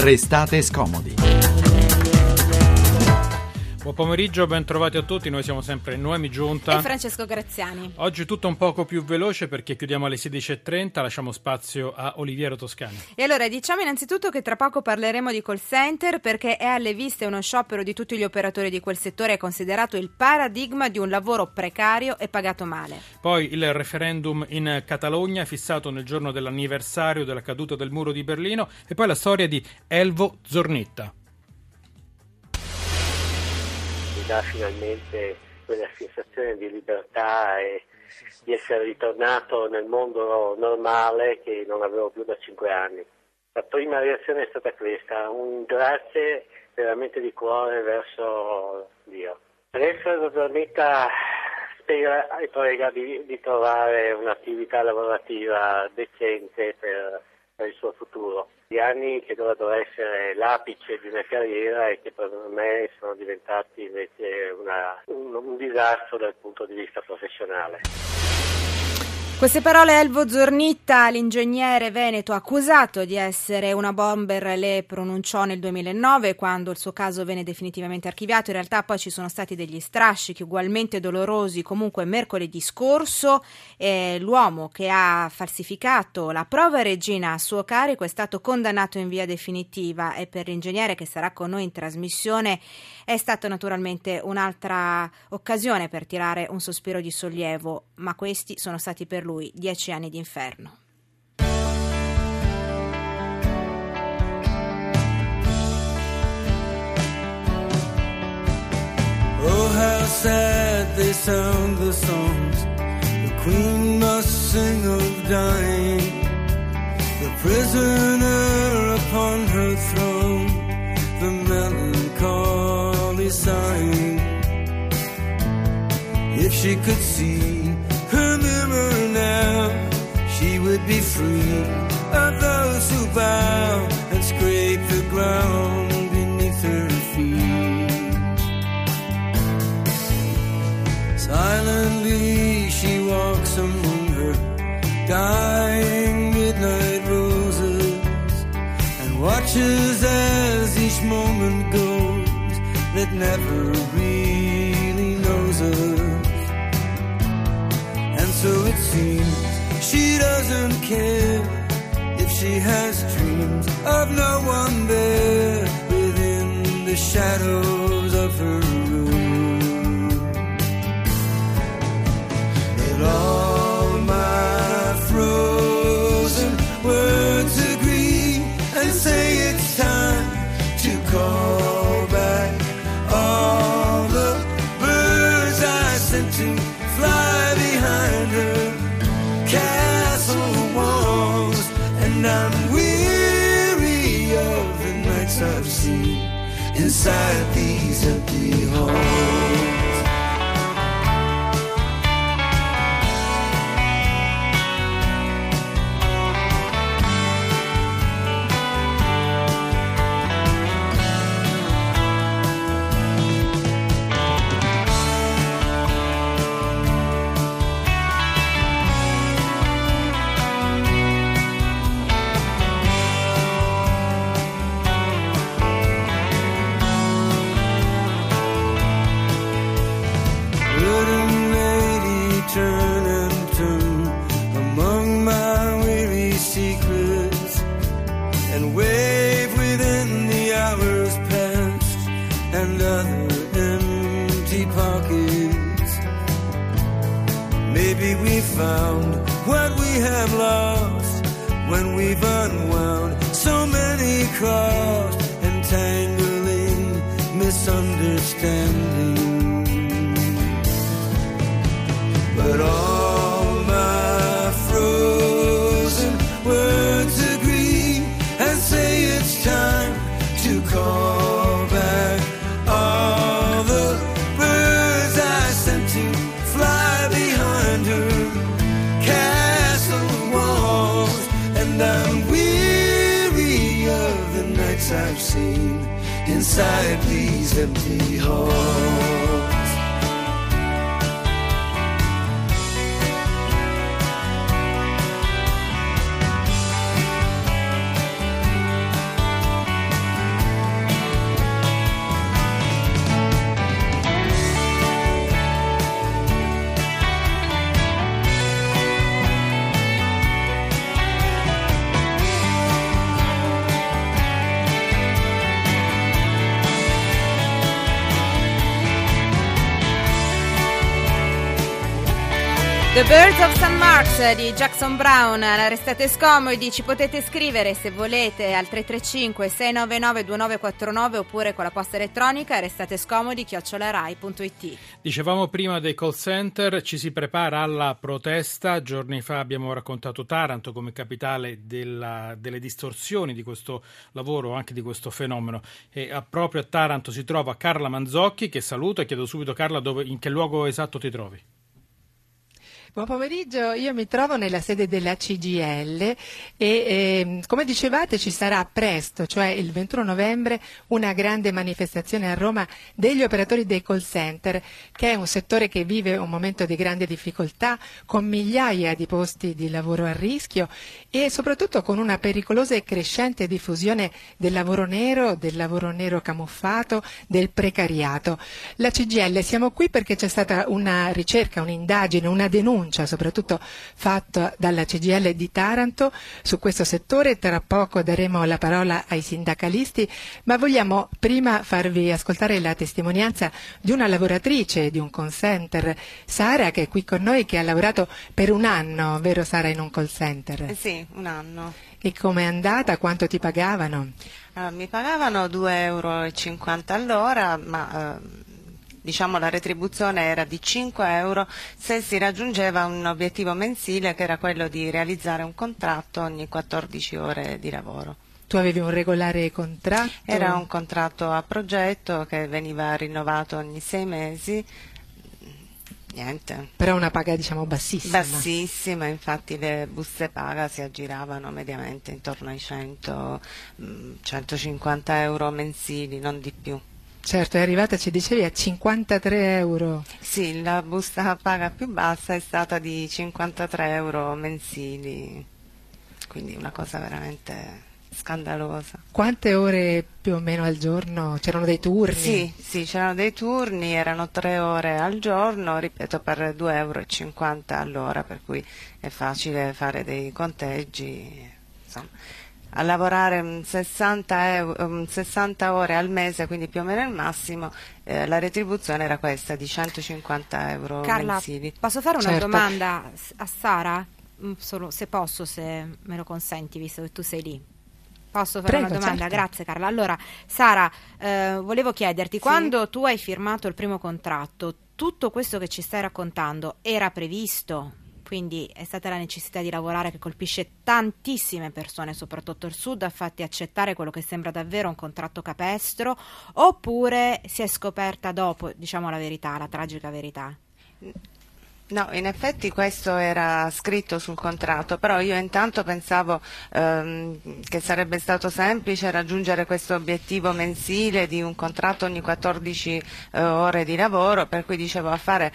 restate scomodi. Buon pomeriggio, ben trovati a tutti, noi siamo sempre Noemi Giunta e Francesco Graziani. Oggi tutto un poco più veloce perché chiudiamo alle 16:30, lasciamo spazio a Oliviero Toscani. E allora diciamo innanzitutto che tra poco parleremo di call center perché è alle viste uno sciopero di tutti gli operatori di quel settore, è considerato il paradigma di un lavoro precario e pagato male. Poi il referendum in Catalogna fissato nel giorno dell'anniversario della caduta del muro di Berlino e poi la storia di Elvo Zornitta. Dà finalmente quella sensazione di libertà e di essere ritornato nel mondo normale che non avevo più da 5 anni. La prima reazione è stata questa, un grazie veramente di cuore verso Dio. Adesso la Zornitta spera e prega di trovare un'attività lavorativa decente per il suo futuro. Gli anni che dovrebbero essere l'apice di una carriera e che per me sono diventati invece un disastro dal punto di vista professionale. Queste parole Elvo Zornitta, l'ingegnere veneto accusato di essere una bomber, le pronunciò nel 2009 quando il suo caso venne definitivamente archiviato. In realtà poi ci sono stati degli strascichi ugualmente dolorosi. Comunque mercoledì scorso l'uomo che ha falsificato la prova regina a suo carico è stato condannato in via definitiva e per l'ingegnere che sarà con noi in trasmissione è stata naturalmente un'altra occasione per tirare un sospiro di sollievo, ma questi sono stati per lui 10 anni di inferno. Oh, how sad they sound the songs the Queen must sing of dying, the prisoner upon her throne, the melancholy sighing. If she could see her mirror now, she would be free of those who bow and scrape the ground beneath her feet. Silently she walks among her dying midnight roses and watches as each moment goes that never really knows us. So it seems she doesn't care if she has dreams of no one there within the shadows of her room. But all my frozen words agree and say it's time to call back all the birds I sent to fly behind her castle walls, and I'm weary of the nights I've seen inside these empty halls. Turn and turn among my weary secrets and wave within the hours past and other empty pockets. Maybe we found what we have lost when we've unwound so many crossed and tangling misunderstandings. But all my frozen words agree and say it's time to call back all the birds I sent to fly behind her castle walls. And I'm weary of the nights I've seen inside these empty halls. The Birds of St. Mark's di Jackson Brown. Restate scomodi, ci potete scrivere se volete al 335 699 2949 oppure con la posta elettronica restatescomodi@rai.it. Dicevamo prima dei call center, ci si prepara alla protesta. Giorni fa abbiamo raccontato Taranto come capitale delle distorsioni di questo lavoro, anche di questo fenomeno, e proprio a Taranto si trova Carla Manzocchi, che saluto e chiedo subito, Carla, in che luogo esatto ti trovi? Buon pomeriggio, io mi trovo nella sede della CGIL e come dicevate ci sarà presto, cioè il 21 novembre, una grande manifestazione a Roma degli operatori dei call center, che è un settore che vive un momento di grande difficoltà, con migliaia di posti di lavoro a rischio e soprattutto con una pericolosa e crescente diffusione del lavoro nero camuffato, del precariato. La CGIL, siamo qui perché c'è stata una ricerca, un'indagine, una denuncia soprattutto fatta dalla CGIL di Taranto su questo settore. Tra poco daremo la parola ai sindacalisti, ma vogliamo prima farvi ascoltare la testimonianza di una lavoratrice di un call center, Sara, che è qui con noi, che ha lavorato per un anno, vero Sara, in un call center? Sì, un anno. E com'è andata? Quanto ti pagavano? Mi pagavano 2,50 € all'ora, ma diciamo la retribuzione era di 5 € se si raggiungeva un obiettivo mensile, che era quello di realizzare un contratto ogni 14 ore di lavoro. Tu avevi un regolare contratto? Era un contratto a progetto che veniva rinnovato ogni 6 mesi. Niente. Però una paga, diciamo, bassissima. Bassissima, infatti le buste paga si aggiravano mediamente intorno ai 100-150 € mensili, non di più. Certo, è arrivata, ci dicevi, a 53 €. Sì, la busta paga più bassa è stata di 53 € mensili, quindi una cosa veramente scandalosa. Quante ore più o meno al giorno? C'erano dei turni? Sì, c'erano dei turni, erano 3 ore al giorno, ripeto, per 2,50 € all'ora, per cui è facile fare dei conteggi, insomma. A lavorare 60 ore al mese, quindi più o meno il massimo, la retribuzione era questa, di 150 € Carla, mensili. posso fare una Certo. domanda a Sara? Solo se posso, se me lo consenti, visto che tu sei lì. Posso fare Prego, una domanda? certo. Grazie Carla. Allora, Sara, volevo chiederti, quando tu hai firmato il primo contratto, tutto questo che ci stai raccontando era previsto? Quindi è stata la necessità di lavorare che colpisce tantissime persone, soprattutto il sud, a fatti accettare quello che sembra davvero un contratto capestro, oppure si è scoperta dopo, diciamo la verità, la tragica verità? No, in effetti questo era scritto sul contratto, però io intanto pensavo che sarebbe stato semplice raggiungere questo obiettivo mensile di un contratto ogni 14 ore di lavoro, per cui dicevo, a fare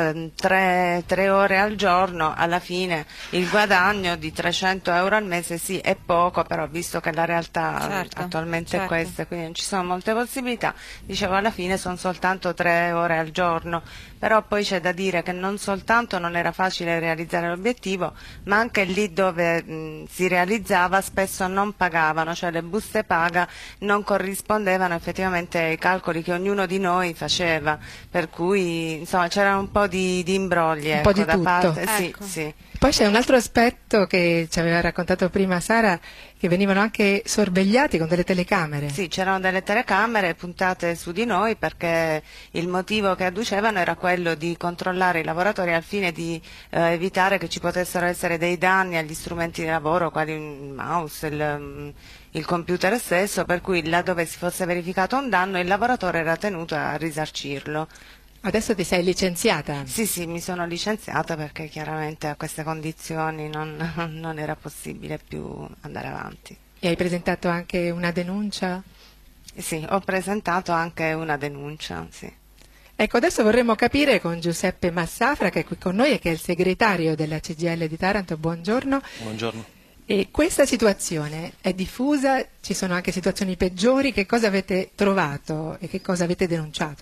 3 ore al giorno, alla fine il guadagno di 300 € al mese sì è poco, però visto che la realtà attualmente è questa, quindi non ci sono molte possibilità, dicevo alla fine sono soltanto 3 ore al giorno, però poi c'è da dire che non soltanto non era facile realizzare l'obiettivo, ma anche lì dove si realizzava spesso non pagavano, cioè le buste paga non corrispondevano effettivamente ai calcoli che ognuno di noi faceva, per cui insomma c'era un po' di imbrogli, un po' di da tutto. parte. Ecco. Sì. Poi c'è un altro aspetto che ci aveva raccontato prima Sara, che venivano anche sorvegliati con delle telecamere. Sì, c'erano delle telecamere puntate su di noi, perché il motivo che adducevano era quello di controllare i lavoratori al fine di evitare che ci potessero essere dei danni agli strumenti di lavoro, quali il mouse, il computer stesso, per cui laddove si fosse verificato un danno il lavoratore era tenuto a risarcirlo. Adesso ti sei licenziata? Sì, mi sono licenziata perché chiaramente a queste condizioni non era possibile più andare avanti. E hai presentato anche una denuncia? Sì, ho presentato anche una denuncia, sì. Ecco, adesso vorremmo capire con Giuseppe Massafra, che è qui con noi e che è il segretario della CGIL di Taranto. Buongiorno. Buongiorno. E questa situazione è diffusa? Ci sono anche situazioni peggiori? Che cosa avete trovato e che cosa avete denunciato?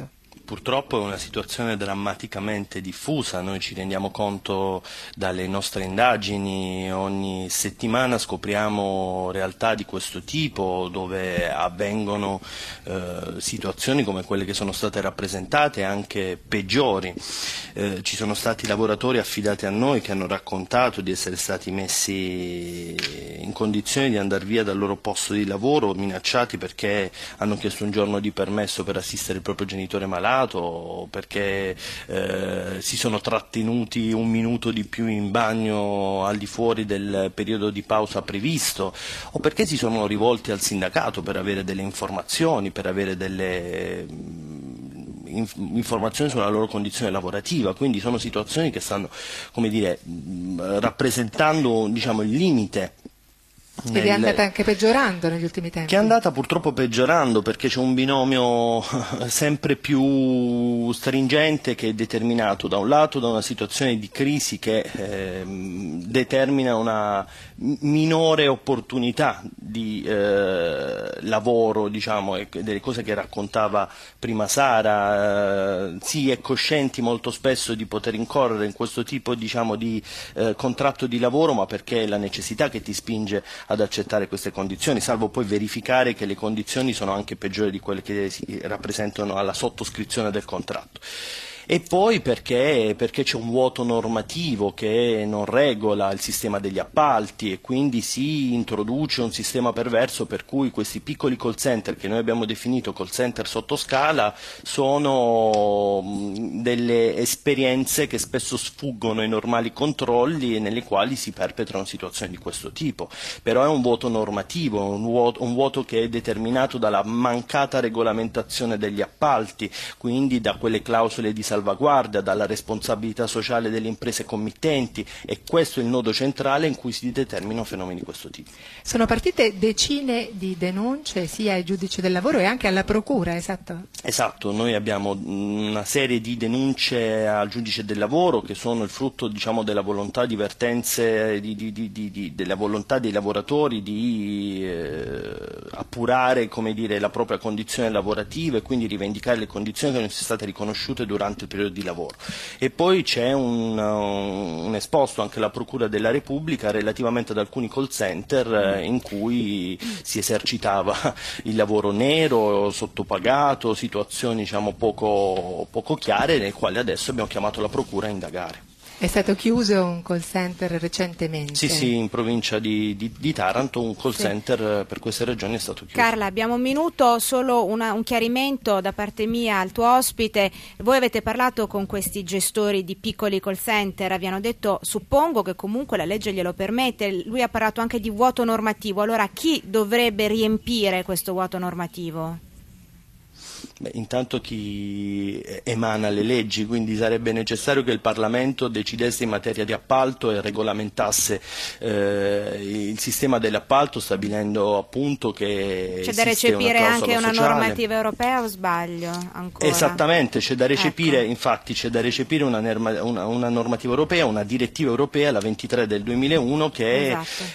purtroppo è una situazione drammaticamente diffusa. Noi ci rendiamo conto dalle nostre indagini, ogni settimana scopriamo realtà di questo tipo dove avvengono situazioni come quelle che sono state rappresentate, anche peggiori. Ci sono stati lavoratori affidati a noi che hanno raccontato di essere stati messi in condizione di andare via dal loro posto di lavoro, minacciati perché hanno chiesto un giorno di permesso per assistere il proprio genitore malato, perché si sono trattenuti un minuto di più in bagno al di fuori del periodo di pausa previsto, o perché si sono rivolti al sindacato per avere delle informazioni, per avere delle informazioni sulla loro condizione lavorativa. Quindi sono situazioni che stanno, come dire, rappresentando, diciamo, il limite. Ed è andata anche peggiorando negli ultimi tempi. Che è andata purtroppo peggiorando, perché c'è un binomio sempre più stringente che è determinato da un lato da una situazione di crisi che determina una minore opportunità di lavoro, diciamo, e delle cose che raccontava prima Sara. Si è coscienti molto spesso di poter incorrere in questo tipo, diciamo, di contratto di lavoro, ma perché è la necessità che ti spinge ad accettare queste condizioni, salvo poi verificare che le condizioni sono anche peggiori di quelle che si rappresentano alla sottoscrizione del contratto. E poi perché c'è un vuoto normativo che non regola il sistema degli appalti, e quindi si introduce un sistema perverso per cui questi piccoli call center, che noi abbiamo definito call center sotto scala, sono delle esperienze che spesso sfuggono ai normali controlli e nelle quali si perpetrano situazioni di questo tipo. Però è un vuoto normativo, un vuoto che è determinato dalla mancata regolamentazione degli appalti, quindi da quelle clausole di salvaguardia, dalla responsabilità sociale delle imprese committenti, e questo è il nodo centrale in cui si determinano fenomeni di questo tipo. Sono partite decine di denunce sia ai giudici del lavoro e anche alla procura, esatto? Esatto, noi abbiamo una serie di denunce al giudice del lavoro che sono il frutto, diciamo, della volontà di vertenze, della volontà dei lavoratori di appurare, come dire, la propria condizione lavorativa e quindi rivendicare le condizioni che non sono state riconosciute durante il periodo di lavoro. E poi c'è un esposto anche alla Procura della Repubblica relativamente ad alcuni call center in cui si esercitava il lavoro nero, sottopagato, situazioni, diciamo, poco chiare, nelle quali adesso abbiamo chiamato la Procura a indagare. È stato chiuso un call center recentemente? Sì, in provincia di Taranto un call center per queste ragioni è stato chiuso. Carla, abbiamo un minuto, solo un chiarimento da parte mia al tuo ospite. Voi avete parlato con questi gestori di piccoli call center, vi hanno detto, suppongo che comunque la legge glielo permette, lui ha parlato anche di vuoto normativo, allora chi dovrebbe riempire questo vuoto normativo? Intanto chi emana le leggi, quindi sarebbe necessario che il Parlamento decidesse in materia di appalto e regolamentasse il sistema dell'appalto, stabilendo appunto che c'è da recepire anche una normativa europea, o sbaglio ancora? Esattamente, c'è da recepire, infatti c'è da recepire una normativa europea, una direttiva europea, la 23 del 2001, che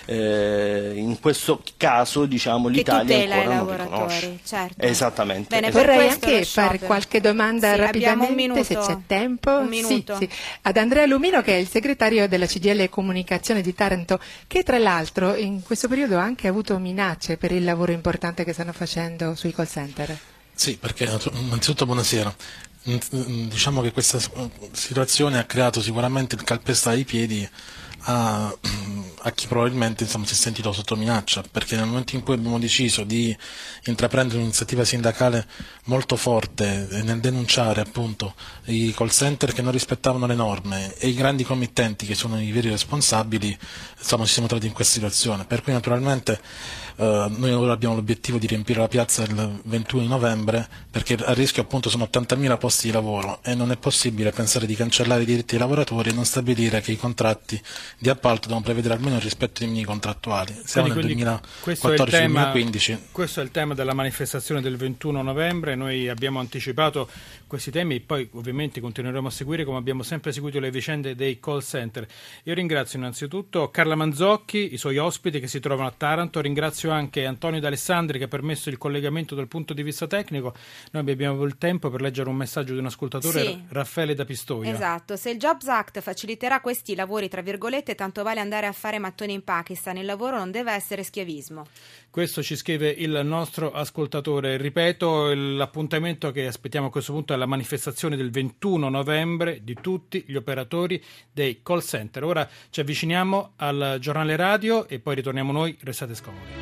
in questo caso, diciamo, l'Italia ancora non riconosce. Certo. Esattamente. Bene, vorrei anche fare qualche domanda rapidamente, se c'è tempo. Sì. Ad Andrea Lumino, che è il segretario della CGIL Comunicazione di Taranto, che tra l'altro in questo periodo ha anche avuto minacce per il lavoro importante che stanno facendo sui call center. Sì, perché innanzitutto buonasera. Diciamo che questa situazione ha creato sicuramente il calpestare i piedi a chi probabilmente, insomma, si è sentito sotto minaccia, perché nel momento in cui abbiamo deciso di intraprendere un'iniziativa sindacale molto forte nel denunciare appunto i call center che non rispettavano le norme e i grandi committenti che sono i veri responsabili, insomma, ci siamo trovati in questa situazione, per cui naturalmente noi ora abbiamo l'obiettivo di riempire la piazza il 21 di novembre, perché a rischio appunto sono 80.000 posti di lavoro e non è possibile pensare di cancellare i diritti dei lavoratori e non stabilire che i contratti di appalto devono prevedere almeno il rispetto dei minimi contrattuali. Siamo nel 2014-2015. Questo è il tema della manifestazione del 21 novembre, noi abbiamo anticipato questi temi e poi ovviamente continueremo a seguire, come abbiamo sempre seguito, le vicende dei call center. Io ringrazio innanzitutto Carla Manzocchi, i suoi ospiti che si trovano a Taranto, ringrazio ringrazio anche Antonio D'Alessandri che ha permesso il collegamento dal punto di vista tecnico. Noi abbiamo il tempo per leggere un messaggio di un ascoltatore, sì. Raffaele da Pistoia. Esatto, se il Jobs Act faciliterà questi lavori tra virgolette, tanto vale andare a fare mattoni in Pakistan, il lavoro non deve essere schiavismo. Questo ci scrive il nostro ascoltatore. Ripeto, l'appuntamento che aspettiamo a questo punto è la manifestazione del 21 novembre di tutti gli operatori dei call center. Ora ci avviciniamo al giornale radio e poi ritorniamo noi. Restate scomodi.